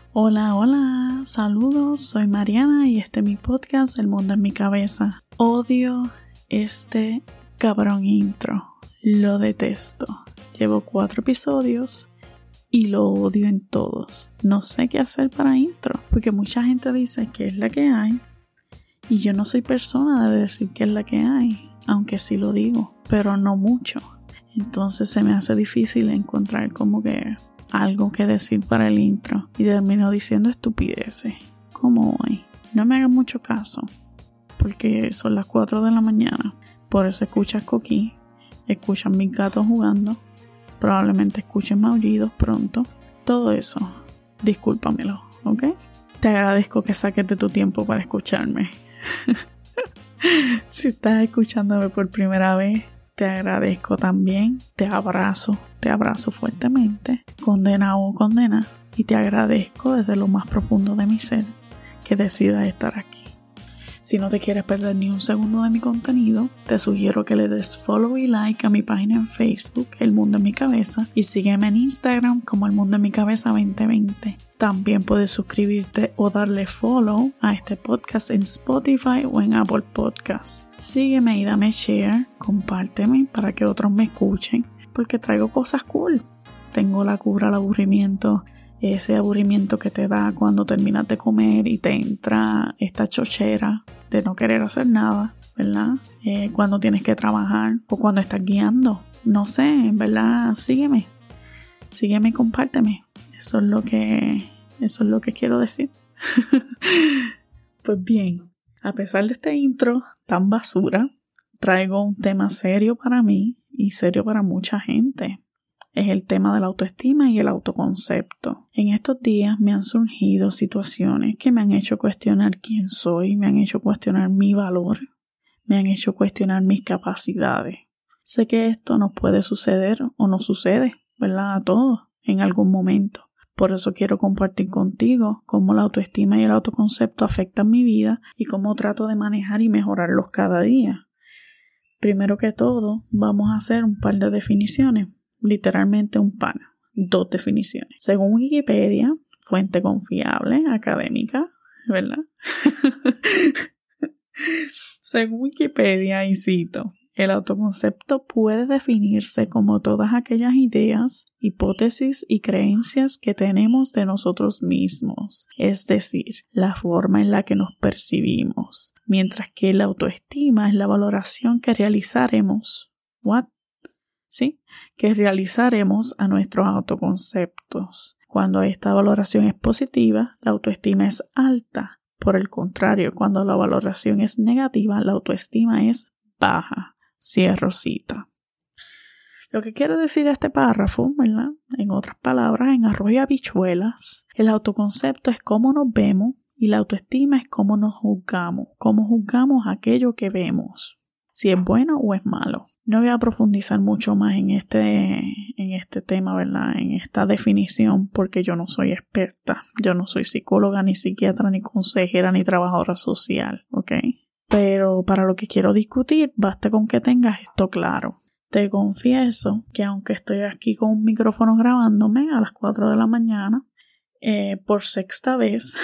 Hola, saludos, soy Mariana y este es mi podcast El Mundo en mi Cabeza. Odio este cabrón intro, lo detesto. Llevo 4 episodios y lo odio en todos. No sé qué hacer para intro, porque mucha gente dice que es la que hay y yo no soy persona de decir que es la que hay, aunque sí lo digo, pero no mucho. Entonces se me hace difícil encontrar como que algo que decir para el intro y termino diciendo estupideces como hoy. No me hagan mucho caso porque son las 4 de la mañana, por eso escuchas coquí, escuchan mis gatos jugando, probablemente escuchen maullidos pronto, todo eso, discúlpamelo, ¿ok? Te agradezco que saques de tu tiempo para escucharme. Si estás escuchándome por primera vez, te agradezco también, te abrazo fuertemente, condena o condena, y te agradezco desde lo más profundo de mi ser que decidas estar aquí. Si no te quieres perder ni un segundo de mi contenido, te sugiero que le des follow y like a mi página en Facebook, El Mundo en mi Cabeza, y sígueme en Instagram como El Mundo en mi Cabeza 2020. También puedes suscribirte o darle follow a este podcast en Spotify o en Apple Podcasts. Sígueme y dame share, compárteme para que otros me escuchen, porque traigo cosas cool. Tengo la cura al aburrimiento, ese aburrimiento que te da cuando terminas de comer y te entra esta chochera de no querer hacer nada, ¿verdad? Cuando tienes que trabajar o cuando estás guiando. No sé, en verdad, sígueme y compárteme. Eso es lo que quiero decir. Pues bien, a pesar de este intro tan basura, traigo un tema serio para mí y serio para mucha gente. Es el tema de la autoestima y el autoconcepto. En estos días me han surgido situaciones que me han hecho cuestionar quién soy, me han hecho cuestionar mi valor, me han hecho cuestionar mis capacidades. Sé que esto nos puede suceder o no sucede, ¿verdad? A todos en algún momento. Por eso quiero compartir contigo cómo la autoestima y el autoconcepto afectan mi vida y cómo trato de manejar y mejorarlos cada día. Primero que todo, vamos a hacer un par de definiciones. Literalmente un par, 2 definiciones. Según Wikipedia, fuente confiable, académica, ¿verdad? Según Wikipedia, y cito, el autoconcepto puede definirse como todas aquellas ideas, hipótesis y creencias que tenemos de nosotros mismos, es decir, la forma en la que nos percibimos, mientras que la autoestima es la valoración que realizaremos. ¿Sí? Que realizaremos a nuestros autoconceptos. Cuando esta valoración es positiva, la autoestima es alta. Por el contrario, cuando la valoración es negativa, la autoestima es baja. Cierro cita. Lo que quiere decir este párrafo, ¿verdad? En otras palabras, en arroz y habichuelas, el autoconcepto es cómo nos vemos y la autoestima es cómo nos juzgamos, cómo juzgamos aquello que vemos. Si es bueno o es malo. No voy a profundizar mucho más en este tema, ¿verdad? En esta definición, porque yo no soy experta. Yo no soy psicóloga, ni psiquiatra, ni consejera, ni trabajadora social, ¿ok? Pero para lo que quiero discutir, basta con que tengas esto claro. Te confieso que aunque estoy aquí con un micrófono grabándome a las 4 de la mañana, por 6ª vez,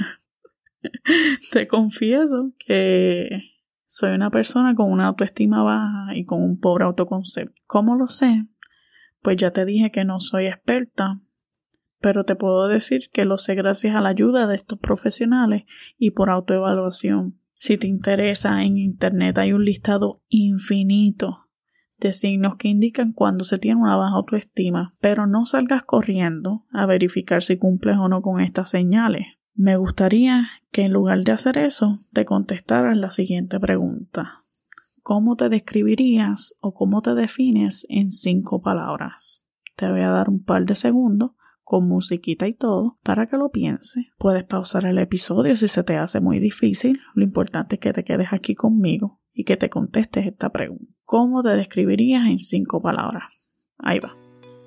te confieso que soy una persona con una autoestima baja y con un pobre autoconcepto. ¿Cómo lo sé? Pues ya te dije que no soy experta, pero te puedo decir que lo sé gracias a la ayuda de estos profesionales y por autoevaluación. Si te interesa, en internet hay un listado infinito de signos que indican cuando se tiene una baja autoestima, pero no salgas corriendo a verificar si cumples o no con estas señales. Me gustaría que en lugar de hacer eso, te contestaras la siguiente pregunta. ¿Cómo te describirías o cómo te defines en 5 palabras? Te voy a dar un par de segundos, con musiquita y todo, para que lo pienses. Puedes pausar el episodio si se te hace muy difícil. Lo importante es que te quedes aquí conmigo y que te contestes esta pregunta. ¿Cómo te describirías en 5 palabras? Ahí va.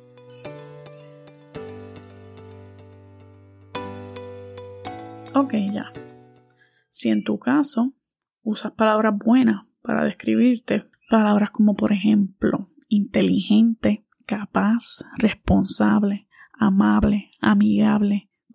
Ok, ya. Si en tu caso usas palabras buenas para describirte, palabras como por ejemplo inteligente, capaz, responsable, amable, amigable,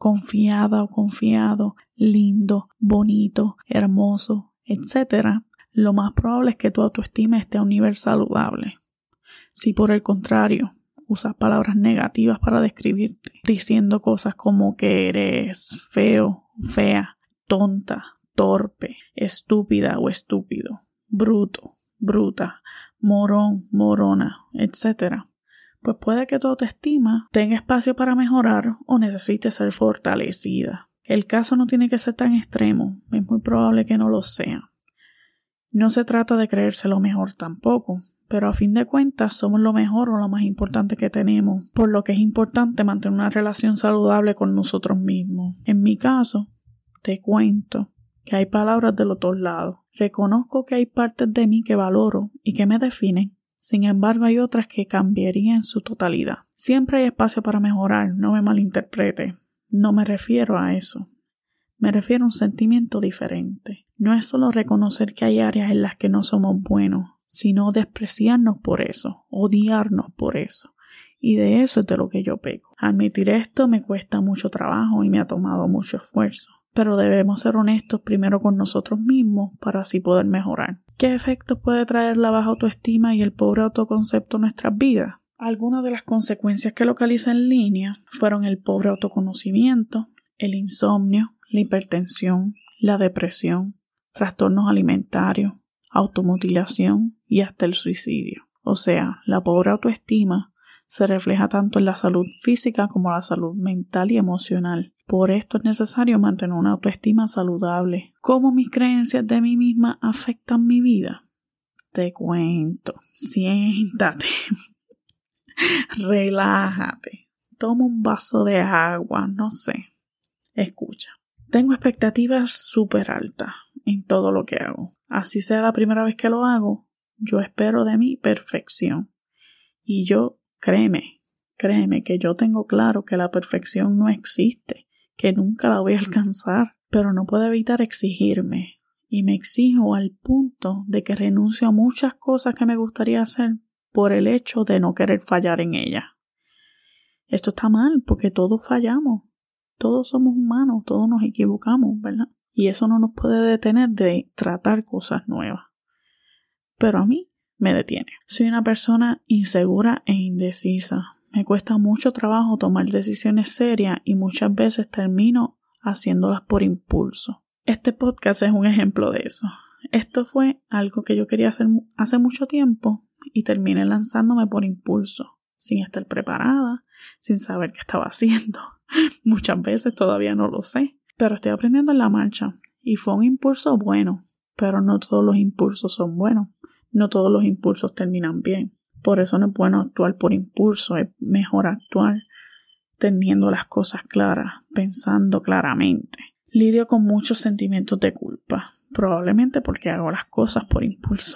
confiada o confiado, lindo, bonito, hermoso, etc., lo más probable es que tu autoestima esté a un nivel saludable. Si por el contrario usas palabras negativas para describirte, diciendo cosas como que eres feo, fea, tonta, torpe, estúpida o estúpido, bruto, bruta, morón, morona, etc., pues puede que tu autoestima tenga espacio para mejorar o necesite ser fortalecida. El caso no tiene que ser tan extremo, es muy probable que no lo sea. No se trata de creerse lo mejor tampoco, pero a fin de cuentas somos lo mejor o lo más importante que tenemos, por lo que es importante mantener una relación saludable con nosotros mismos. En mi caso, te cuento que hay palabras de los dos lados. Reconozco que hay partes de mí que valoro y que me definen. Sin embargo, hay otras que cambiaría en su totalidad. Siempre hay espacio para mejorar, no me malinterprete. No me refiero a eso. Me refiero a un sentimiento diferente. No es solo reconocer que hay áreas en las que no somos buenos, sino despreciarnos por eso, odiarnos por eso. Y de eso es de lo que yo peco. Admitir esto me cuesta mucho trabajo y me ha tomado mucho esfuerzo. Pero debemos ser honestos primero con nosotros mismos para así poder mejorar. ¿Qué efectos puede traer la baja autoestima y el pobre autoconcepto en nuestras vidas? Algunas de las consecuencias que localiza en línea fueron el pobre autoconocimiento, el insomnio, la hipertensión, la depresión, trastornos alimentarios, automutilación y hasta el suicidio. O sea, la pobre autoestima se refleja tanto en la salud física como la salud mental y emocional. Por esto es necesario mantener una autoestima saludable. ¿Cómo mis creencias de mí misma afectan mi vida? Te cuento. Siéntate. Relájate. Toma un vaso de agua. No sé. Escucha. Tengo expectativas súper altas en todo lo que hago. Así sea la primera vez que lo hago, yo espero de mí perfección. Y yo, créeme que yo tengo claro que la perfección no existe, que nunca la voy a alcanzar, pero no puedo evitar exigirme. Y me exijo al punto de que renuncio a muchas cosas que me gustaría hacer por el hecho de no querer fallar en ellas. Esto está mal porque todos fallamos. Todos somos humanos, todos nos equivocamos, ¿verdad? Y eso no nos puede detener de tratar cosas nuevas. Pero a mí me detiene. Soy una persona insegura e indecisa. Me cuesta mucho trabajo tomar decisiones serias y muchas veces termino haciéndolas por impulso. Este podcast es un ejemplo de eso. Esto fue algo que yo quería hacer hace mucho tiempo y terminé lanzándome por impulso, sin estar preparada, sin saber qué estaba haciendo. Muchas veces todavía no lo sé, pero estoy aprendiendo en la marcha y fue un impulso bueno, pero no todos los impulsos son buenos, no todos los impulsos terminan bien. Por eso no es bueno actuar por impulso, es mejor actuar teniendo las cosas claras, pensando claramente. Lidio con muchos sentimientos de culpa, probablemente porque hago las cosas por impulso.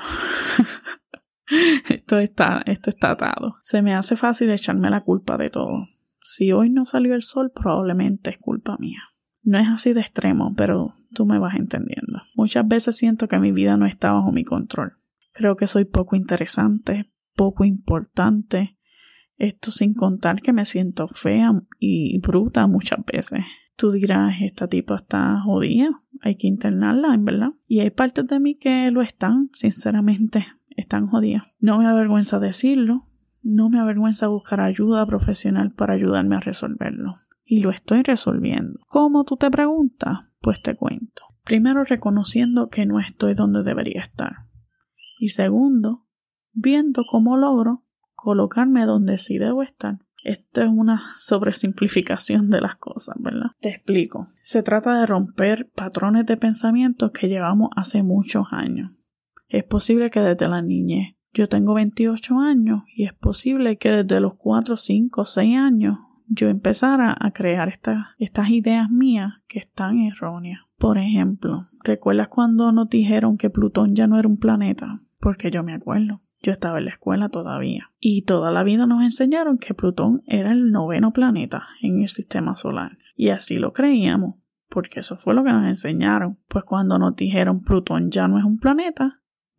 Esto está atado. Se me hace fácil echarme la culpa de todo. Si hoy no salió el sol, probablemente es culpa mía. No es así de extremo, pero tú me vas entendiendo. Muchas veces siento que mi vida no está bajo mi control. Creo que soy poco interesante, poco importante. Esto sin contar que me siento fea y bruta muchas veces. Tú dirás, esta tipa está jodida, hay que internarla, en verdad. Y hay partes de mí que lo están, sinceramente, están jodidas. No me avergüenza decirlo. No me avergüenza buscar ayuda profesional para ayudarme a resolverlo. Y lo estoy resolviendo. ¿Cómo tú te preguntas? Pues te cuento. Primero, reconociendo que no estoy donde debería estar. Y segundo, viendo cómo logro colocarme donde sí debo estar. Esto es una sobresimplificación de las cosas, ¿verdad? Te explico. Se trata de romper patrones de pensamiento que llevamos hace muchos años. Es posible que desde la niñez. Yo tengo 28 años y es posible que desde los 4, 5, 6 años yo empezara a crear estas ideas mías que están erróneas. Por ejemplo, ¿recuerdas cuando nos dijeron que Plutón ya no era un planeta? Porque yo me acuerdo. Yo estaba en la escuela todavía. Y toda la vida nos enseñaron que Plutón era el 9º planeta en el sistema solar. Y así lo creíamos, porque eso fue lo que nos enseñaron. Pues cuando nos dijeron Plutón ya no es un planeta,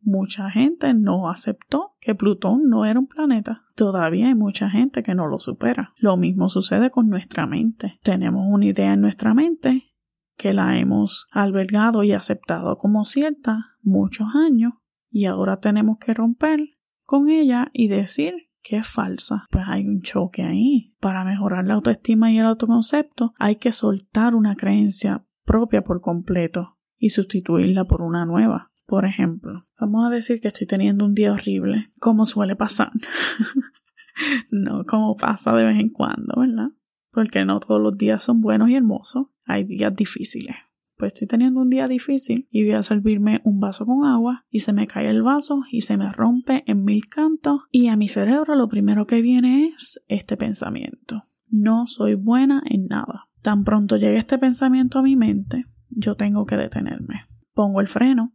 Mucha gente no aceptó que Plutón no era un planeta. Todavía hay mucha gente que no lo supera. Lo mismo sucede con nuestra mente. Tenemos una idea en nuestra mente que la hemos albergado y aceptado como cierta muchos años y ahora tenemos que romper con ella y decir que es falsa. Pues hay un choque ahí. Para mejorar la autoestima y el autoconcepto hay que soltar una creencia propia por completo y sustituirla por una nueva. Por ejemplo, vamos a decir que estoy teniendo un día horrible, como suele pasar. No como pasa de vez en cuando, ¿verdad? Porque no todos los días son buenos y hermosos. Hay días difíciles. Pues estoy teniendo un día difícil y voy a servirme un vaso con agua y se me cae el vaso y se me rompe en 1000 cantos y a mi cerebro lo primero que viene es este pensamiento. No soy buena en nada. Tan pronto llegue este pensamiento a mi mente, yo tengo que detenerme. Pongo el freno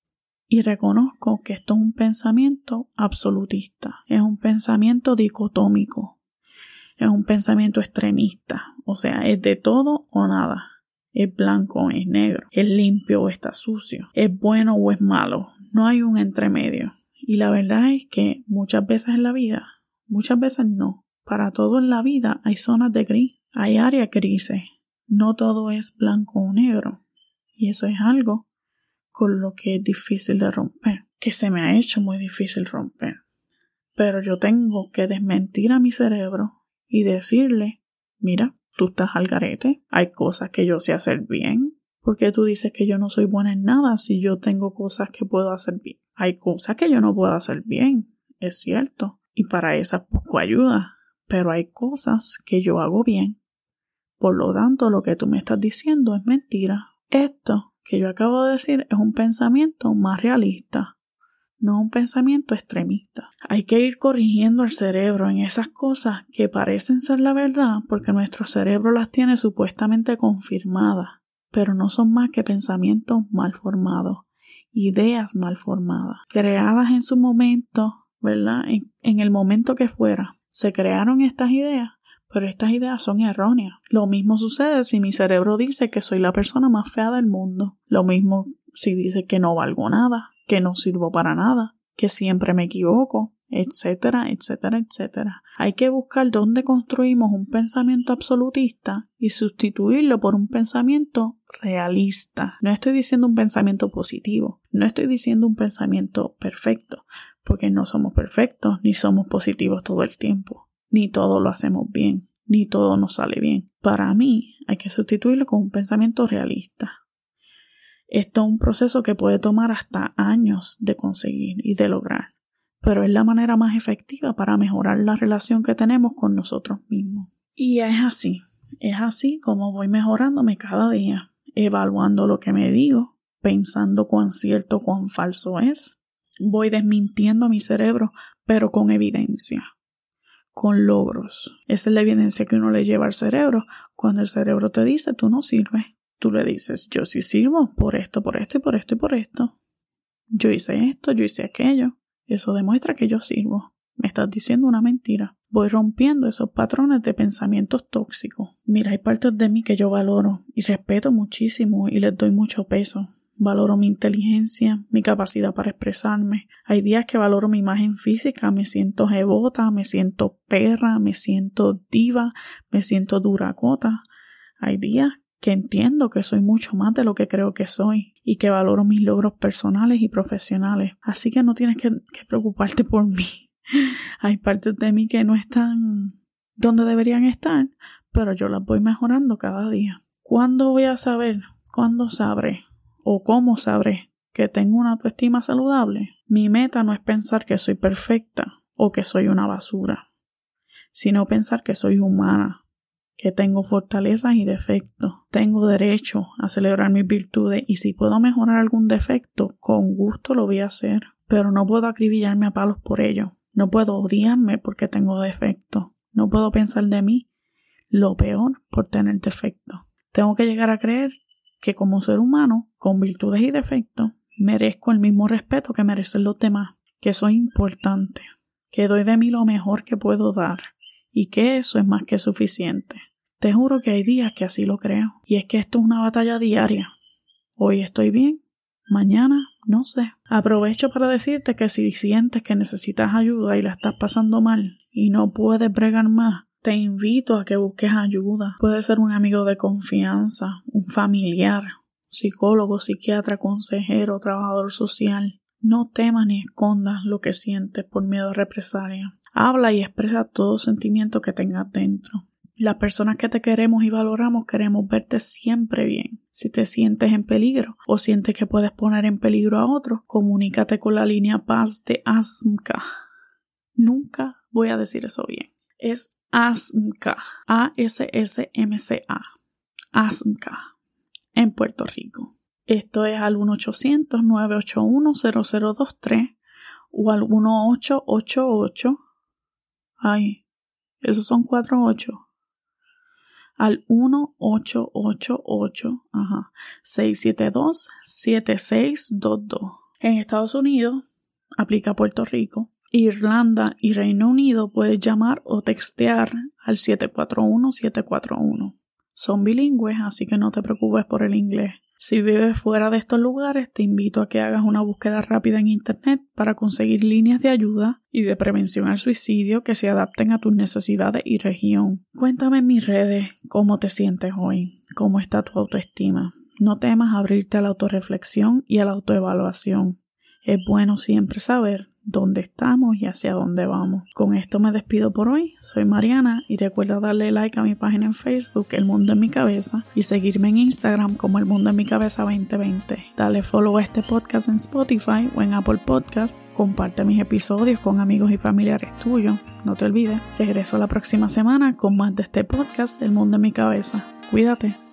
y reconozco que esto es un pensamiento absolutista. Es un pensamiento dicotómico. Es un pensamiento extremista. O sea, es de todo o nada. Es blanco o es negro, es limpio o está sucio, es bueno o es malo, no hay un entremedio. Y la verdad es que muchas veces en la vida, muchas veces no, para todo en la vida hay zonas de gris, hay áreas grises, no todo es blanco o negro. Y eso es algo con lo que es difícil de romper, que se me ha hecho muy difícil romper. Pero yo tengo que desmentir a mi cerebro y decirle, mira, tú estás al garete, hay cosas que yo sé hacer bien. ¿Por qué tú dices que yo no soy buena en nada si yo tengo cosas que puedo hacer bien? Hay cosas que yo no puedo hacer bien, es cierto, y para esas busco ayuda, pero hay cosas que yo hago bien. Por lo tanto, lo que tú me estás diciendo es mentira. Esto que yo acabo de decir es un pensamiento más realista, no un pensamiento extremista. Hay que ir corrigiendo el cerebro en esas cosas que parecen ser la verdad porque nuestro cerebro las tiene supuestamente confirmadas, pero no son más que pensamientos mal formados, ideas mal formadas, creadas en su momento, ¿verdad? En el momento que fuera. Se crearon estas ideas, pero estas ideas son erróneas. Lo mismo sucede si mi cerebro dice que soy la persona más fea del mundo. Lo mismo si dice que no valgo nada, que no sirvo para nada, que siempre me equivoco, etcétera, etcétera, etcétera. Hay que buscar dónde construimos un pensamiento absolutista y sustituirlo por un pensamiento realista. No estoy diciendo un pensamiento positivo, no estoy diciendo un pensamiento perfecto, porque no somos perfectos ni somos positivos todo el tiempo, ni todo lo hacemos bien, ni todo nos sale bien. Para mí hay que sustituirlo con un pensamiento realista. Esto es un proceso que puede tomar hasta años de conseguir y de lograr, pero es la manera más efectiva para mejorar la relación que tenemos con nosotros mismos. Y es así como voy mejorándome cada día, evaluando lo que me digo, pensando cuán cierto o cuán falso es. Voy desmintiendo a mi cerebro, pero con evidencia, con logros. Esa es la evidencia que uno le lleva al cerebro cuando el cerebro te dice tú no sirves. Tú le dices, yo sí sirvo por esto, por esto y por esto y por esto. Yo hice esto, yo hice aquello. Eso demuestra que yo sirvo. Me estás diciendo una mentira. Voy rompiendo esos patrones de pensamientos tóxicos. Mira, hay partes de mí que yo valoro y respeto muchísimo y les doy mucho peso. Valoro mi inteligencia, mi capacidad para expresarme. Hay días que valoro mi imagen física, me siento jebota, me siento perra, me siento diva, me siento duracota. Hay días que entiendo que soy mucho más de lo que creo que soy y que valoro mis logros personales y profesionales. Así que no tienes que preocuparte por mí. Hay partes de mí que no están donde deberían estar, pero yo las voy mejorando cada día. ¿Cuándo voy a saber? ¿Cuándo sabré? ¿O cómo sabré que tengo una autoestima saludable? Mi meta no es pensar que soy perfecta o que soy una basura, sino pensar que soy humana, que tengo fortalezas y defectos. Tengo derecho a celebrar mis virtudes y si puedo mejorar algún defecto, con gusto lo voy a hacer. Pero no puedo acribillarme a palos por ello. No puedo odiarme porque tengo defectos. No puedo pensar de mí lo peor por tener defectos. Tengo que llegar a creer que como ser humano, con virtudes y defectos, merezco el mismo respeto que merecen los demás. Que soy importante. Que doy de mí lo mejor que puedo dar. Y que eso es más que suficiente. Te juro que hay días que así lo creo. Y es que esto es una batalla diaria. Hoy estoy bien, mañana no sé. Aprovecho para decirte que si sientes que necesitas ayuda y la estás pasando mal y no puedes bregar más, te invito a que busques ayuda. Puede ser un amigo de confianza, un familiar, psicólogo, psiquiatra, consejero, trabajador social. No temas ni escondas lo que sientes por miedo a represalia. Habla y expresa todo sentimiento que tengas dentro. Las personas que te queremos y valoramos queremos verte siempre bien. Si te sientes en peligro o sientes que puedes poner en peligro a otro, comunícate con la línea Paz de ASMCA. Nunca voy a decir eso bien. Es ASMCA. ASSMCA. ASMCA. En Puerto Rico. Esto es al 1-800-981-0023 o al 1888. Ay, esos son 48. Al 1888-672-7622. En Estados Unidos, aplica Puerto Rico, Irlanda y Reino Unido puedes llamar o textear al 741-741. Son bilingües, así que no te preocupes por el inglés. Si vives fuera de estos lugares, te invito a que hagas una búsqueda rápida en internet para conseguir líneas de ayuda y de prevención al suicidio que se adapten a tus necesidades y región. Cuéntame en mis redes cómo te sientes hoy, cómo está tu autoestima. No temas abrirte a la autorreflexión y a la autoevaluación. Es bueno siempre saber dónde estamos y hacia dónde vamos. Con esto me despido por hoy. Soy Mariana y recuerda darle like a mi página en Facebook, El Mundo en Mi Cabeza, y seguirme en Instagram como El Mundo en Mi Cabeza 2020. Dale follow a este podcast en Spotify o en Apple Podcasts. Comparte mis episodios con amigos y familiares tuyos. No te olvides, regreso la próxima semana con más de este podcast, El Mundo en Mi Cabeza. Cuídate.